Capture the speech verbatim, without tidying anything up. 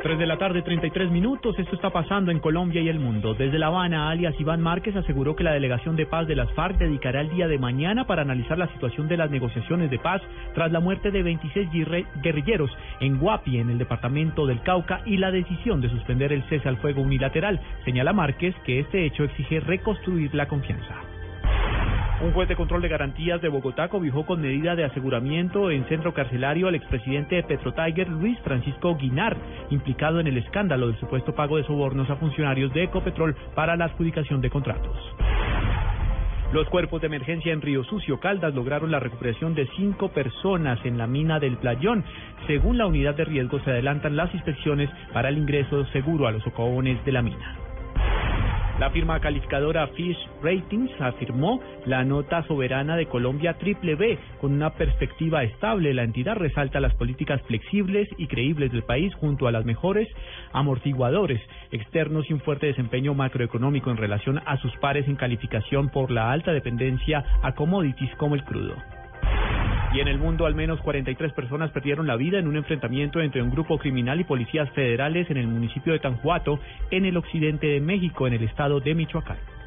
tres de la tarde, treinta y tres minutos. Esto está pasando en Colombia y el mundo. Desde La Habana, alias Iván Márquez aseguró que la delegación de paz de las FARC dedicará el día de mañana para analizar la situación de las negociaciones de paz tras la muerte de veintiséis guerrilleros en Guapi, en el departamento del Cauca, y la decisión de suspender el cese al fuego unilateral. Señala Márquez que este hecho exige reconstruir la confianza. Un juez de control de garantías de Bogotá cobijó con medida de aseguramiento en centro carcelario al expresidente de Petrotiger, Luis Francisco Guinart, implicado en el escándalo del supuesto pago de sobornos a funcionarios de Ecopetrol para la adjudicación de contratos. Los cuerpos de emergencia en Río Sucio, Caldas, lograron la recuperación de cinco personas en la mina del Playón. Según la unidad de riesgo, se adelantan las inspecciones para el ingreso seguro a los socavones de la mina. La firma calificadora Fitch Ratings afirmó la nota soberana de Colombia triple B con una perspectiva estable. La entidad resalta las políticas flexibles y creíbles del país junto a las mejores amortiguadores externos y un fuerte desempeño macroeconómico en relación a sus pares en calificación por la alta dependencia a commodities como el crudo. Y en el mundo, al menos cuarenta y tres personas perdieron la vida en un enfrentamiento entre un grupo criminal y policías federales en el municipio de Tanjuato, en el occidente de México, en el estado de Michoacán.